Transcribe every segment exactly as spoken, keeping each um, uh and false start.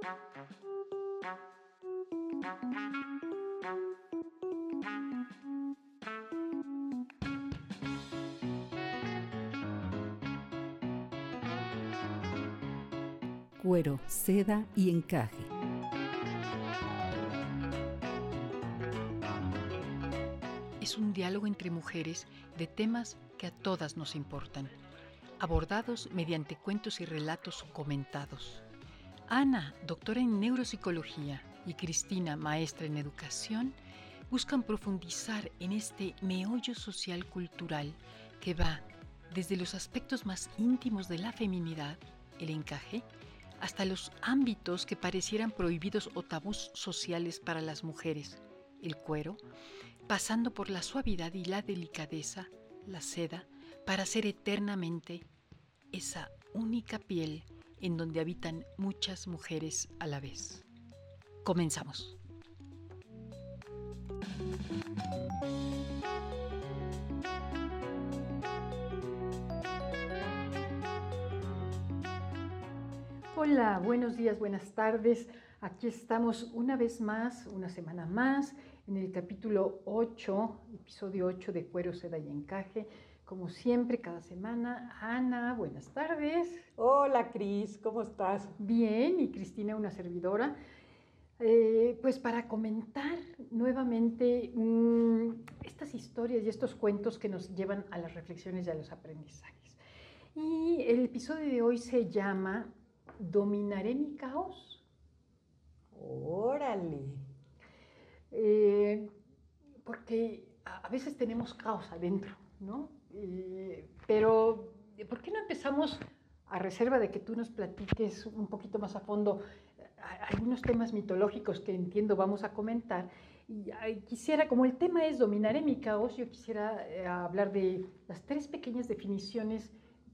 Cuero, seda y encaje. Es un diálogo entre mujeres de temas que a todas nos importan, abordados mediante cuentos y relatos comentados. Ana, doctora en neuropsicología, y Cristina, maestra en educación, buscan profundizar en este meollo social cultural que va desde los aspectos más íntimos de la feminidad, el encaje, hasta los ámbitos que parecieran prohibidos o tabús sociales para las mujeres, el cuero, pasando por la suavidad y la delicadeza, la seda, para ser eternamente esa única piel en donde habitan muchas mujeres a la vez. Comenzamos. Hola, buenos días, buenas tardes. Aquí estamos una vez más, una semana más, en el capítulo ocho, episodio ocho de Cuero, Seda y Encaje. Como siempre, cada semana. Ana, buenas tardes. Hola, Cris, ¿cómo estás? Bien, y Cristina, una servidora. Eh, pues para comentar nuevamente mmm, estas historias y estos cuentos que nos llevan a las reflexiones y a los aprendizajes. Y el episodio de hoy se llama ¿Dominaré mi caos? Órale. Eh, porque a, a veces tenemos caos adentro, ¿no? Eh, pero, ¿por qué no empezamos, a reserva de que tú nos platiques un poquito más a fondo algunos temas mitológicos que entiendo vamos a comentar? Y ay, quisiera, como el tema es dominaré mi caos, yo quisiera eh, hablar de las tres pequeñas definiciones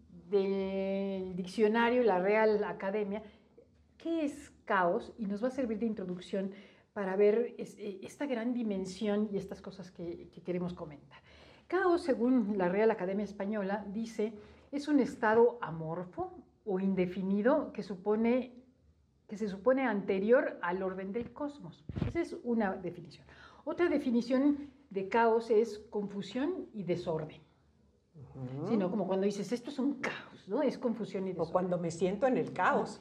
del diccionario, la Real Academia. ¿Qué es caos? Y nos va a servir de introducción para ver esta gran dimensión y estas cosas que, que queremos comentar. Caos, según la Real Academia Española, dice, es un estado amorfo o indefinido que, supone, que se supone anterior al orden del cosmos. Esa es una definición. Otra definición de caos es confusión y desorden. Uh-huh. Sino como cuando dices, esto es un caos, ¿no? Es confusión y desorden. O cuando me siento en el caos.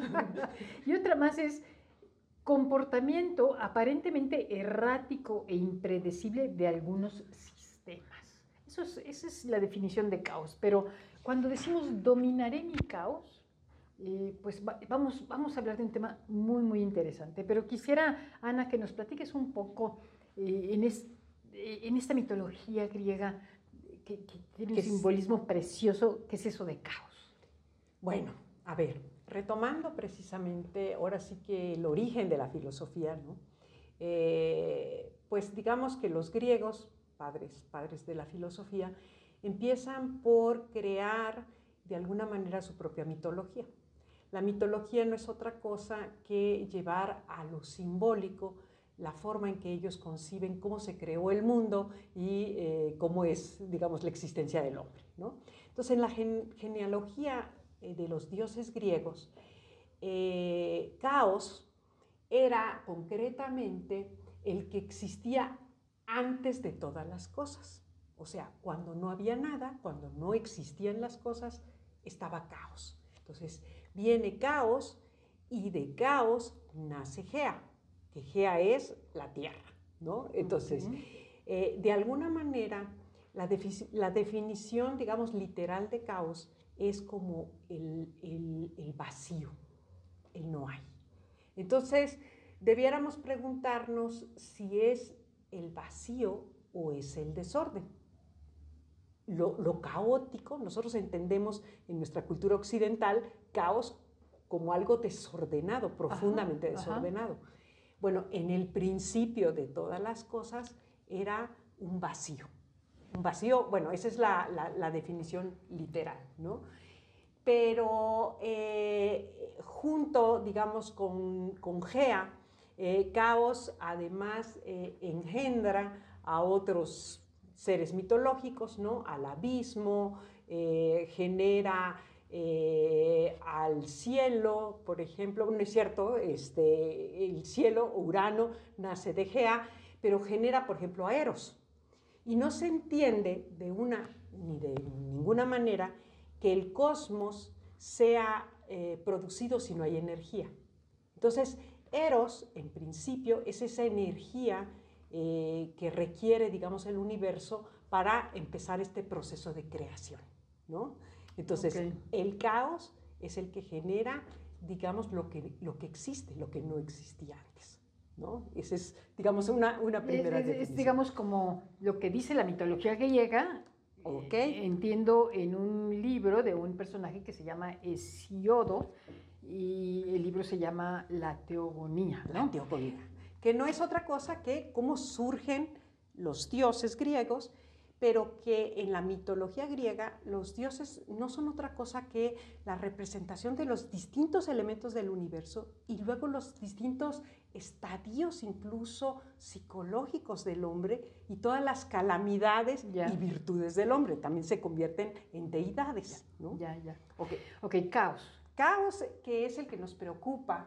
Y otra más es comportamiento aparentemente errático e impredecible de algunos sistemas. Eso es, esa es la definición de caos. Pero cuando decimos dominaré mi caos, eh, pues va, vamos, vamos a hablar de un tema muy, muy interesante. Pero quisiera, Ana, que nos platiques un poco eh, en, es, eh, en esta mitología griega que, que tiene un simbolismo precioso. ¿Qué es eso de caos? Bueno, a ver, retomando precisamente ahora sí que el origen de la filosofía, ¿no? Eh, pues digamos que los griegos, padres, padres de la filosofía, empiezan por crear de alguna manera su propia mitología. La mitología no es otra cosa que llevar a lo simbólico la forma en que ellos conciben cómo se creó el mundo y eh, cómo es, digamos, la existencia del hombre, ¿no? Entonces, en la gen- genealogía de los dioses griegos, eh, caos era concretamente el que existía antes de todas las cosas. O sea, cuando no había nada, cuando no existían las cosas, estaba caos. Entonces, viene caos y de caos nace Gea, que Gea es la tierra, ¿no? Entonces, uh-huh. eh, de alguna manera, la, defi- la definición, digamos, literal de caos es como el, el, el vacío, el no hay. Entonces, debiéramos preguntarnos si es el vacío o es el desorden. Lo, lo caótico, nosotros entendemos en nuestra cultura occidental caos como algo desordenado, profundamente ajá, desordenado. Ajá. Bueno, en el principio de todas las cosas era un vacío. Un vacío, bueno, esa es la, la, la definición literal, ¿no? Pero eh, junto, digamos, con, con Gea, eh, caos además eh, engendra a otros seres mitológicos, ¿no? Al abismo, eh, genera eh, al cielo, por ejemplo, no es cierto, este, el cielo, Urano, nace de Gea, pero genera, por ejemplo, a Eros. Y no se entiende de una ni de ninguna manera que el cosmos sea eh, producido si no hay energía. Entonces, Eros, en principio, es esa energía eh, que requiere, digamos, el universo para empezar este proceso de creación, ¿no? Entonces, okay. El caos es el que genera, digamos, lo que, lo que existe, lo que no existía antes, ¿no? Esa es, digamos, una, una primera es, es, definición. Es, digamos, como lo que dice la mitología griega, okay. eh, entiendo en un libro de un personaje que se llama Hesiodo, y el libro se llama La Teogonía, ¿no? La Teogonía, que no es otra cosa que cómo surgen los dioses griegos, pero que en la mitología griega los dioses no son otra cosa que la representación de los distintos elementos del universo y luego los distintos estadios incluso psicológicos del hombre y todas las calamidades yeah. y virtudes del hombre también se convierten en deidades, ¿no? Ya, ya. Ok, okay, caos. Caos, que es el que nos preocupa,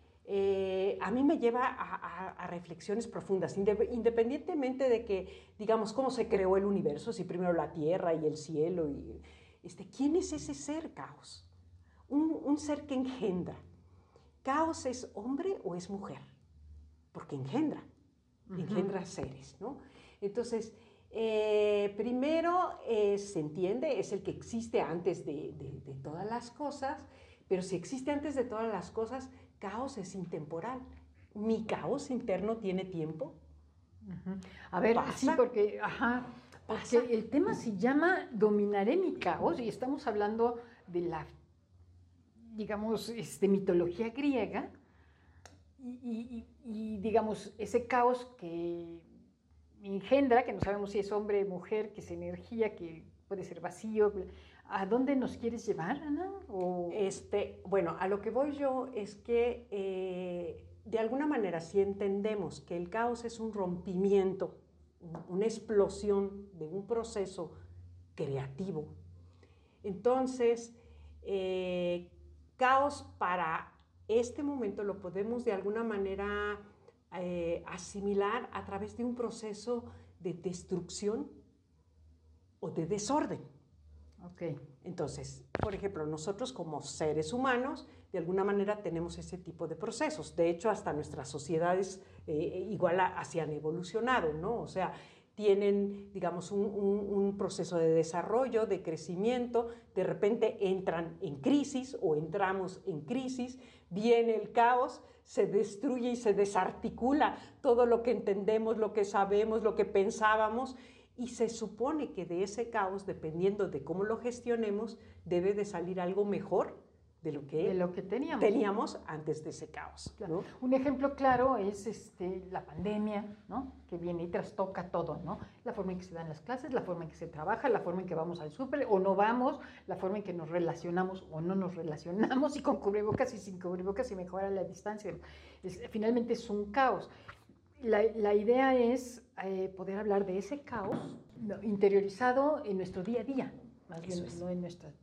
eh, a mí me lleva a, a, a reflexiones profundas, independientemente de que, digamos, cómo se creó el universo, si primero la tierra y el cielo, y, este, ¿quién es ese ser, caos? Un, un ser que engendra. ¿Caos es hombre o es mujer? Porque engendra, uh-huh. engendra seres, ¿no? Entonces, eh, primero eh, se entiende, es el que existe antes de, de, de todas las cosas, pero si existe antes de todas las cosas, caos es intemporal. ¿Mi caos interno tiene tiempo? Uh-huh. A ver, ¿Pasa? sí, porque, ajá, porque el tema se llama Dominaré mi caos y estamos hablando de la, digamos, este, mitología griega y, y, y, digamos, ese caos que engendra, que no sabemos si es hombre o mujer, que es energía, que puede ser vacío. ¿A dónde nos quieres llevar, Ana? ¿O? Este, bueno, a lo que voy yo es que eh, de alguna manera si entendemos que el caos es un rompimiento, una explosión de un proceso creativo, entonces eh, caos para este momento lo podemos de alguna manera eh, asimilar a través de un proceso de destrucción o de desorden. Okay. Entonces, por ejemplo, nosotros como seres humanos, de alguna manera tenemos ese tipo de procesos. De hecho, hasta nuestras sociedades eh, igual así han evolucionado, ¿no? O sea, tienen, digamos, un, un, un proceso de desarrollo, de crecimiento, de repente entran en crisis o entramos en crisis, viene el caos, se destruye y se desarticula todo lo que entendemos, lo que sabemos, lo que pensábamos, y se supone que de ese caos, dependiendo de cómo lo gestionemos, debe de salir algo mejor de lo que, de lo que teníamos. teníamos antes de ese caos. Claro. ¿No? Un ejemplo claro es este, la pandemia, ¿no? Que viene y trastoca todo, ¿no? La forma en que se dan las clases, la forma en que se trabaja, la forma en que vamos al súper o no vamos, la forma en que nos relacionamos o no nos relacionamos, y con cubrebocas y sin cubrebocas y mejora la distancia. Es, finalmente es un caos. La, la idea es eh, poder hablar de ese caos no, interiorizado en nuestro día a día, más Eso bien, es. no en nuestras...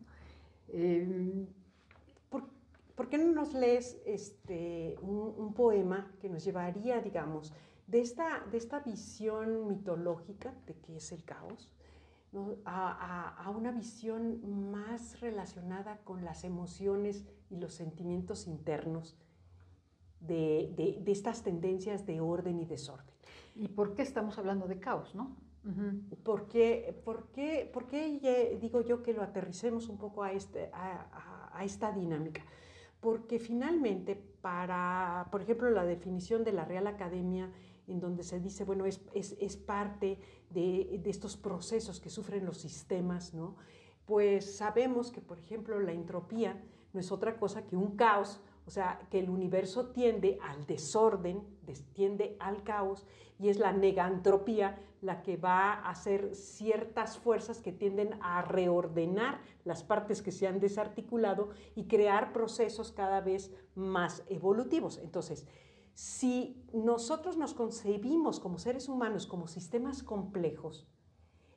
Eh, ¿Por, ¿Por qué no nos lees este, un, un poema que nos llevaría, digamos, de esta, de esta visión mitológica de qué es el caos, ¿no? a, a, a una visión más relacionada con las emociones y los sentimientos internos De, de, de estas tendencias de orden y desorden? ¿Y por qué estamos hablando de caos, no? Uh-huh. ¿Por qué, por qué, por qué digo yo que lo aterricemos un poco a, este, a, a, a esta dinámica? Porque finalmente, para, por ejemplo, la definición de la Real Academia, en donde se dice, bueno, es, es, es parte de, de estos procesos que sufren los sistemas, ¿no? Pues sabemos que, por ejemplo, la entropía no es otra cosa que un caos. O sea, que el universo tiende al desorden, tiende al caos, y es la negantropía la que va a hacer ciertas fuerzas que tienden a reordenar las partes que se han desarticulado y crear procesos cada vez más evolutivos. Entonces, si nosotros nos concebimos como seres humanos, como sistemas complejos,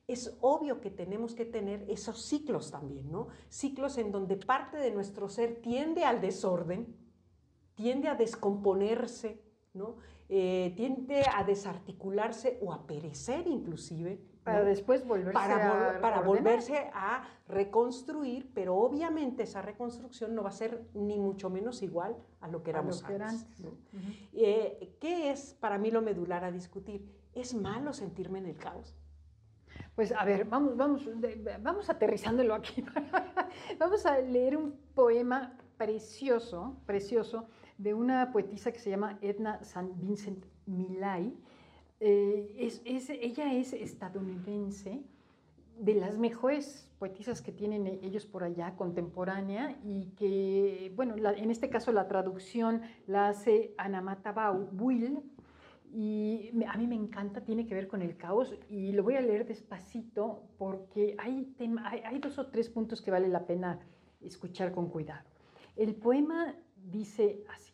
es obvio que tenemos que tener esos ciclos también, ¿no? Ciclos en donde parte de nuestro ser tiende al desorden, tiende a descomponerse, ¿no? Eh, tiende a desarticularse o a perecer inclusive, para ¿no? después volverse para, a para ordenar. volverse a reconstruir, pero obviamente esa reconstrucción no va a ser ni mucho menos igual a lo que éramos a lo que antes, era antes. ¿no? Uh-huh. eh, ¿Qué es para mí lo medular a discutir? ¿Es malo sentirme en el caos? Pues a ver, vamos, vamos, vamos aterrizándolo aquí. Vamos a leer un poema precioso, precioso, de una poetisa que se llama Edna St. Vincent Millay. Eh, es, es, ella es estadounidense, de las mejores poetisas que tienen ellos por allá, contemporánea, y que, bueno, la, en este caso la traducción la hace Anamata Buil, y a mí me encanta, tiene que ver con el caos, y lo voy a leer despacito porque hay, tema, hay, hay dos o tres puntos que vale la pena escuchar con cuidado. El poema dice así.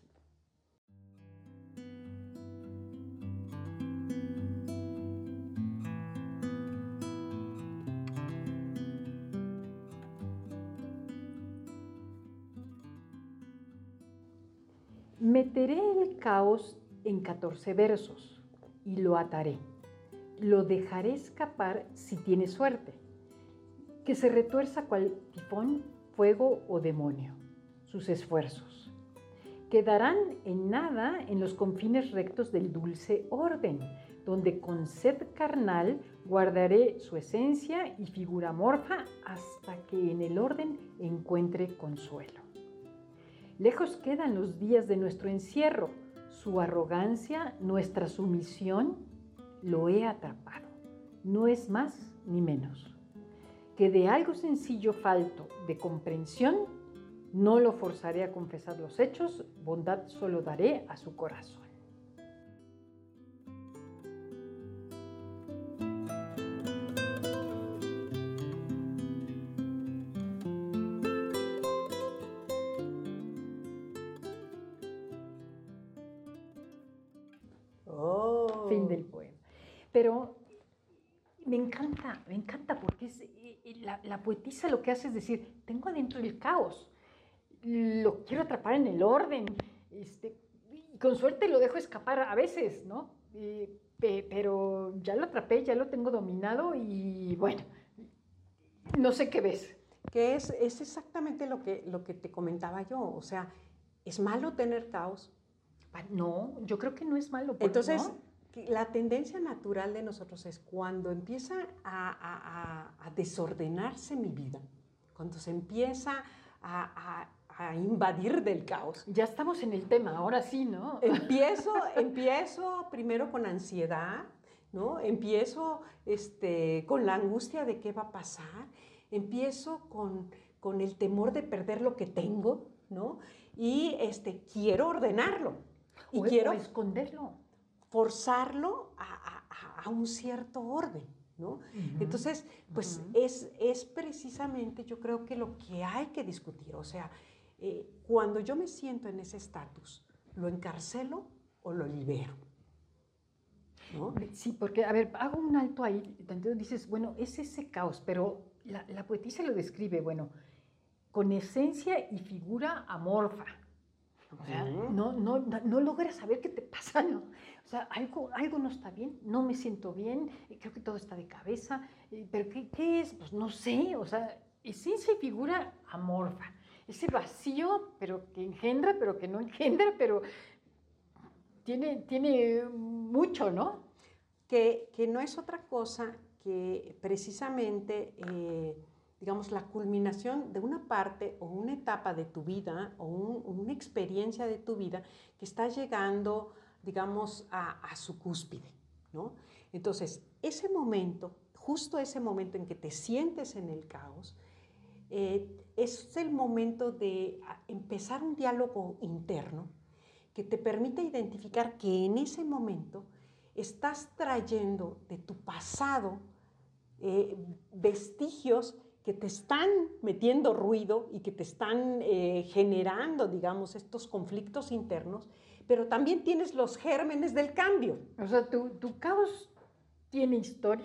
Meteré el caos en catorce versos y lo ataré. Lo dejaré escapar si tiene suerte, que se retuerza cual tifón, fuego o demonio, sus esfuerzos. Quedarán en nada en los confines rectos del dulce orden, donde con sed carnal guardaré su esencia y figura amorfa hasta que en el orden encuentre consuelo. Lejos quedan los días de nuestro encierro, su arrogancia, nuestra sumisión, lo he atrapado, no es más ni menos. Que de algo sencillo falto de comprensión, no lo forzaré a confesar los hechos, bondad solo daré a su corazón. Oh. Fin del poema. Pero me encanta, me encanta porque es, la, la poetisa lo que hace es decir, tengo adentro el caos, lo quiero atrapar en el orden, este, y con suerte lo dejo escapar a veces, ¿no? Y, pe, pero ya lo atrapé, ya lo tengo dominado y bueno, no sé qué ves. Que es, es exactamente lo que, lo que te comentaba yo, o sea, ¿es malo tener caos? No, yo creo que no es malo. Entonces, ¿no? La tendencia natural de nosotros es cuando empieza a, a, a, a desordenarse mi vida, cuando se empieza a, a, a invadir del caos. Ya estamos en el tema, ahora sí, ¿no? Empiezo, empiezo primero con ansiedad, ¿no? Empiezo este, con la angustia de qué va a pasar, empiezo con, con el temor de perder lo que tengo, ¿no? Y este, quiero ordenarlo. Y o, quiero o esconderlo. Forzarlo a, a, a un cierto orden, ¿no? Uh-huh. Entonces, pues uh-huh. es, es precisamente, yo creo que lo que hay que discutir, o sea, eh, cuando yo me siento en ese estatus, ¿lo encarcelo o lo libero? ¿No? Sí, porque, a ver, hago un alto ahí, entonces dices, bueno, es ese caos, pero la, la poetisa lo describe, bueno, con esencia y figura amorfa. O sea, uh-huh. no, no, no logras saber qué te pasa, ¿no? O sea, algo, algo no está bien, no me siento bien, creo que todo está de cabeza, pero ¿qué, qué es? Pues no sé, o sea, esencia y figura amorfa. Ese vacío, pero que engendra, pero que no engendra, pero tiene, tiene mucho, ¿no? Que, que no es otra cosa que precisamente... Eh, digamos, la culminación de una parte o una etapa de tu vida o un, una experiencia de tu vida que está llegando, digamos, a, a su cúspide, ¿no? Entonces, ese momento, justo ese momento en que te sientes en el caos, eh, es el momento de empezar un diálogo interno que te permite identificar que en ese momento estás trayendo de tu pasado eh, vestigios que te están metiendo ruido y que te están eh, generando, digamos, estos conflictos internos, pero también tienes los gérmenes del cambio. O sea, ¿tu, tu caos tiene historia?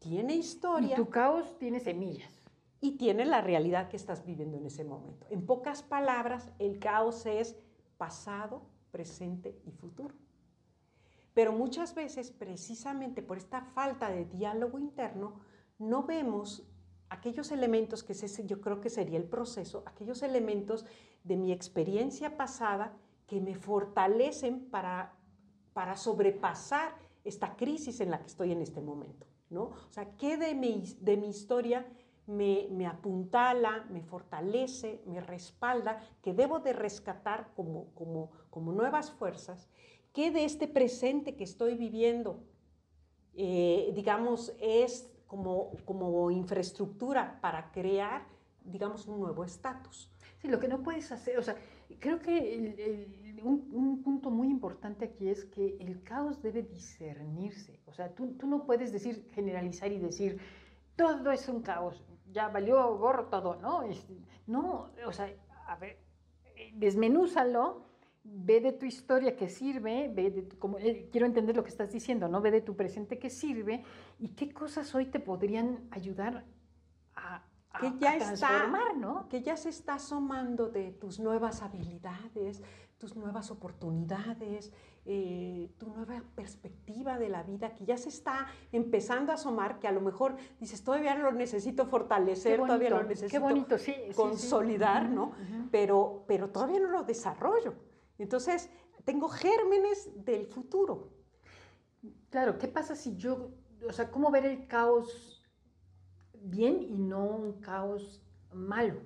tiene historia. Y tu caos tiene semillas. Y tiene la realidad que estás viviendo en ese momento. En pocas palabras, el caos es pasado, presente y futuro. Pero muchas veces, precisamente por esta falta de diálogo interno, no vemos aquellos elementos, que ese, yo creo que sería el proceso, aquellos elementos de mi experiencia pasada que me fortalecen para, para sobrepasar esta crisis en la que estoy en este momento, ¿no? O sea, ¿qué de mi, de mi historia me, me apuntala, me fortalece, me respalda, que debo de rescatar como, como, como nuevas fuerzas? ¿Qué de este presente que estoy viviendo, eh, digamos, es como, como infraestructura para crear, digamos, un nuevo estatus? Sí, lo que no puedes hacer, o sea, creo que el, el, un, un punto muy importante aquí es que el caos debe discernirse. O sea, tú, tú no puedes decir, generalizar y decir, todo es un caos, ya valió gorro todo, ¿no? Este, no, o sea, a ver, desmenúzalo, ve de tu historia que sirve, ve de tu, como, eh, quiero entender lo que estás diciendo, ¿no? Ve de tu presente que sirve y qué cosas hoy te podrían ayudar a, a, que ya a transformar, está, ¿no? Que ya se está asomando de tus nuevas habilidades, tus nuevas oportunidades, eh, tu nueva perspectiva de la vida, que ya se está empezando a asomar, que a lo mejor dices, todavía lo necesito fortalecer, bonito, todavía lo necesito qué bonito, sí, consolidar, sí, sí. ¿no? Uh-huh. Pero, pero todavía no lo desarrollo. Entonces, tengo gérmenes del futuro. Claro, ¿qué pasa si yo, o sea, cómo ver el caos bien y no un caos malo?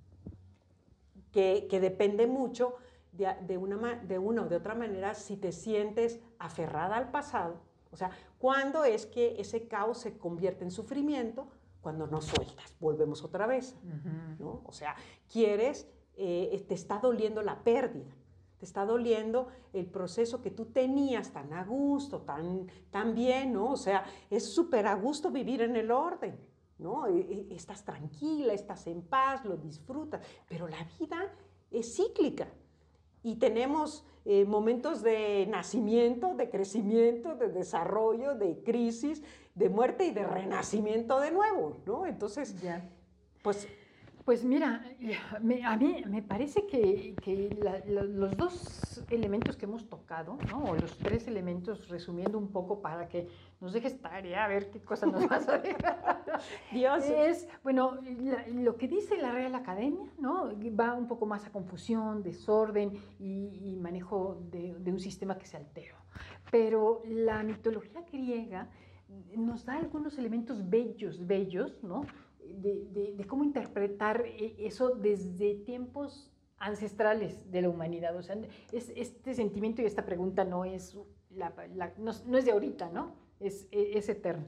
Que, que depende mucho de, de, una, de una o de otra manera si te sientes aferrada al pasado. O sea, ¿cuándo es que ese caos se convierte en sufrimiento? Cuando no sueltas, volvemos otra vez, uh-huh. ¿no? O sea, quieres, eh, te está doliendo la pérdida, te está doliendo el proceso que tú tenías tan a gusto, tan, tan bien, ¿no? O sea, es súper a gusto vivir en el orden, ¿no? Estás tranquila, estás en paz, lo disfrutas, pero la vida es cíclica y tenemos eh, momentos de nacimiento, de crecimiento, de desarrollo, de crisis, de muerte y de renacimiento de nuevo, ¿no? Entonces, ya. pues... Pues mira, me, a mí me parece que, que la, la, los dos elementos que hemos tocado, ¿no? O los tres elementos, resumiendo un poco para que nos dejes tarea, a ver qué cosa nos vas a dejar. Dios. Es, bueno, la, lo que dice la Real Academia, ¿no? Va un poco más a confusión, desorden y, y manejo de, de un sistema que se alteró. Pero la mitología griega nos da algunos elementos bellos, bellos, ¿no? De, de, de cómo interpretar eso desde tiempos ancestrales de la humanidad. O sea, es, este sentimiento y esta pregunta no es, la, la, no, no es de ahorita, ¿no? Es, es eterna.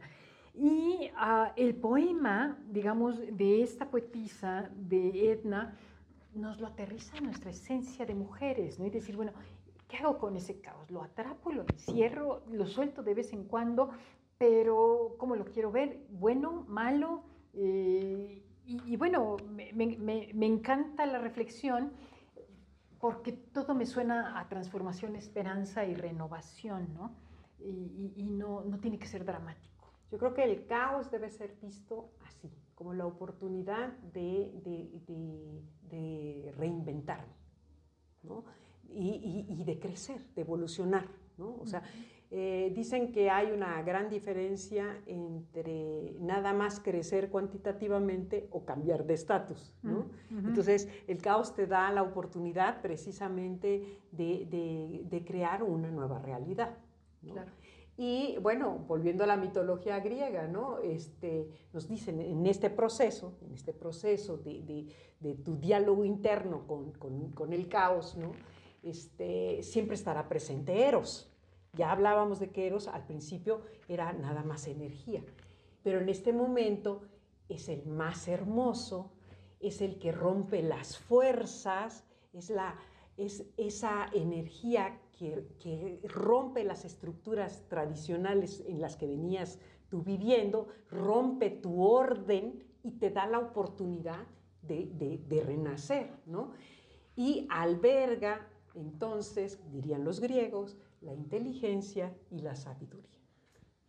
Y uh, el poema, digamos, de esta poetisa, de Edna, nos lo aterriza a nuestra esencia de mujeres, ¿no? Y decir, bueno, ¿qué hago con ese caos? ¿Lo atrapo, lo encierro, lo suelto de vez en cuando? Pero, ¿cómo lo quiero ver? ¿Bueno, malo? Eh, y, y bueno, me, me, me encanta la reflexión porque todo me suena a transformación, esperanza y renovación, ¿no? Y, y, y no, no tiene que ser dramático. Yo creo que el caos debe ser visto así, como la oportunidad de, de, de, de reinventarme, ¿no? Y, y, y de crecer, de evolucionar, ¿no? O sea, eh, dicen que hay una gran diferencia entre nada más crecer cuantitativamente o cambiar de estatus, ¿no? Uh-huh. Entonces, el caos te da la oportunidad precisamente de, de, de crear una nueva realidad, ¿no? Claro. Y bueno, volviendo a la mitología griega, ¿no? Este, nos dicen en este proceso, en este proceso de, de, de tu diálogo interno con, con, con el caos, ¿no? Este, siempre estará presente Eros. Ya hablábamos de que Eros al principio era nada más energía, pero en este momento es el más hermoso, es el que rompe las fuerzas, es, la, es esa energía que, que rompe las estructuras tradicionales en las que venías tú viviendo, rompe tu orden y te da la oportunidad de, de, de renacer, ¿no? Y alberga, entonces, dirían los griegos, la inteligencia y la sabiduría.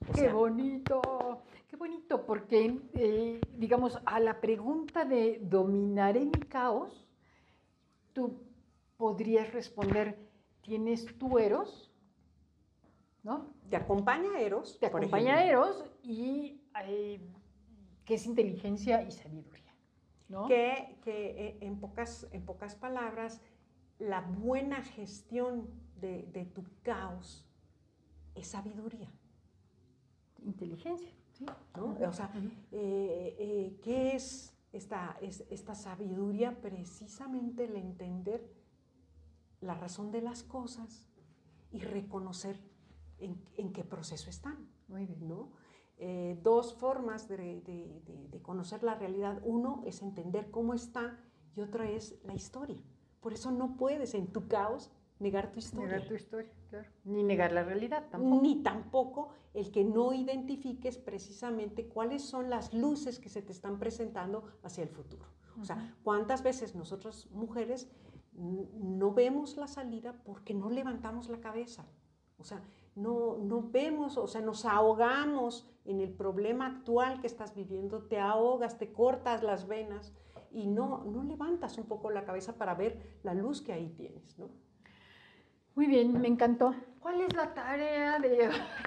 O ¡Qué sea, bonito! ¡Qué bonito! Porque, eh, digamos, a la pregunta de ¿dominaré mi caos? Tú podrías responder, ¿tienes tu Eros? ¿No? te acompaña Eros. Te por acompaña ejemplo, Eros y eh, que es inteligencia y sabiduría, ¿no? Que, que eh, en, pocas, en pocas palabras, la buena gestión de, de tu caos es sabiduría. Inteligencia, ¿sí? ¿No? Ujú, O sea, ujú. eh, eh, ¿qué es esta, es esta sabiduría? Precisamente el entender la razón de las cosas y reconocer en, en qué proceso están. Muy bien. ¿No? Eh, dos formas de, de, de, de conocer la realidad. Uno es entender cómo está y otra es la historia. Por eso no puedes en tu caos negar tu historia. Negar tu historia, claro. Ni negar la realidad tampoco. Ni tampoco el que no identifiques precisamente cuáles son las luces que se te están presentando hacia el futuro. Uh-huh. O sea, ¿cuántas veces nosotros mujeres no vemos la salida porque no levantamos la cabeza? O sea, no, no vemos, o sea, nos ahogamos en el problema actual que estás viviendo, te ahogas, te cortas las venas y no, no levantas un poco la cabeza para ver la luz que ahí tienes, ¿no? Muy bien, me encantó. ¿Cuál es la tarea de...?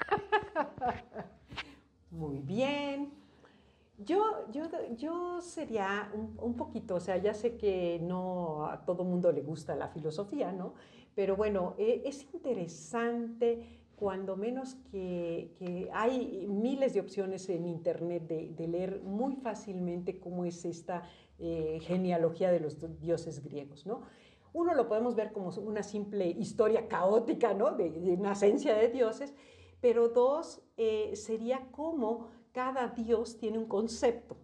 Muy bien. Yo, yo, yo sería un, un poquito, o sea, ya sé que no a todo mundo le gusta la filosofía, ¿no? Pero bueno, eh, es interesante, cuando menos que, que hay miles de opciones en internet de, de leer muy fácilmente cómo es esta eh, genealogía de los dioses griegos, ¿no? Uno lo podemos ver como una simple historia caótica, ¿no? De, de nacencia de dioses, pero dos, eh, sería como cada dios tiene un concepto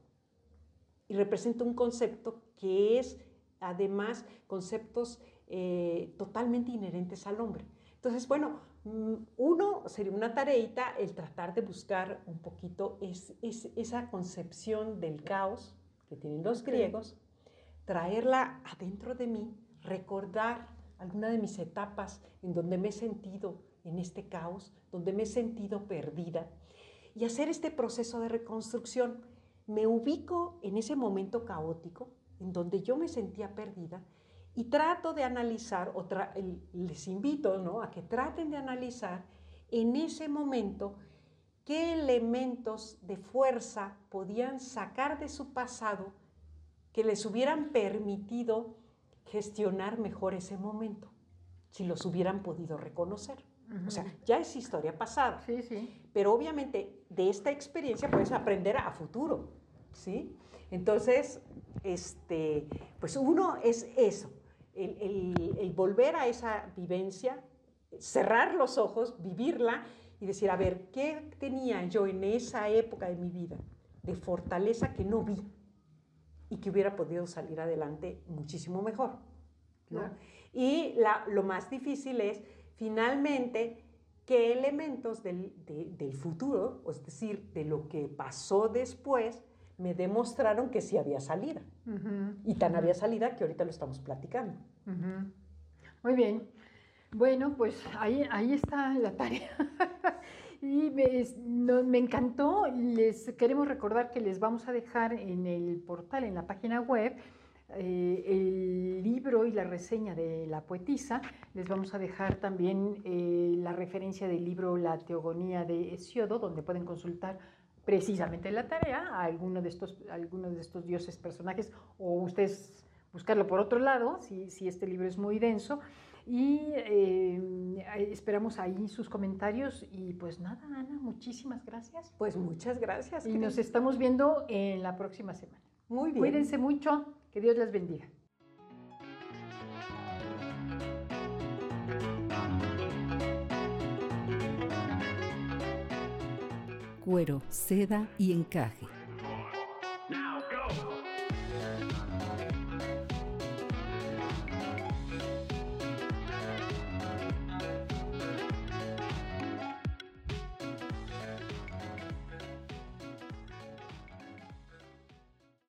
y representa un concepto que es, además, conceptos eh, totalmente inherentes al hombre. Entonces, bueno, uno sería una tareita el tratar de buscar un poquito es, es, esa concepción del caos que tienen los Okay. griegos, traerla adentro de mí, recordar alguna de mis etapas en donde me he sentido en este caos, donde me he sentido perdida, y hacer este proceso de reconstrucción. Me ubico en ese momento caótico, en donde yo me sentía perdida, y trato de analizar, o tra- les invito, ¿no?, a que traten de analizar en ese momento qué elementos de fuerza podían sacar de su pasado que les hubieran permitido gestionar mejor ese momento, si los hubieran podido reconocer. Uh-huh. O sea, ya es historia pasada. Sí, sí. Pero obviamente de esta experiencia puedes aprender a futuro, ¿sí? Entonces, este, pues uno es eso, el, el, el volver a esa vivencia, cerrar los ojos, vivirla y decir, a ver, ¿qué tenía yo en esa época de mi vida de fortaleza que no vi y que hubiera podido salir adelante muchísimo mejor, ¿no? Claro. Y la, lo más difícil es, finalmente, qué elementos del, de, del futuro, es decir, de lo que pasó después, me demostraron que sí había salida. Uh-huh. Y tan uh-huh. había salida que ahorita lo estamos platicando. Uh-huh. Muy bien. Bueno, pues ahí, ahí está la tarea. Y me, no, me encantó. Les queremos recordar que les vamos a dejar en el portal, en la página web, eh, el libro y la reseña de la poetisa. Les vamos a dejar también eh, la referencia del libro La Teogonía de Hesiodo, donde pueden consultar precisamente la tarea a alguno de estos, algunos de estos dioses personajes, o ustedes buscarlo por otro lado, si, si este libro es muy denso. Y eh, esperamos ahí sus comentarios. Y pues nada, Ana, muchísimas gracias. Pues muchas gracias. Y nos estamos viendo en la próxima semana. Muy bien. Cuídense mucho, que Dios les bendiga. Cuero, seda y encaje.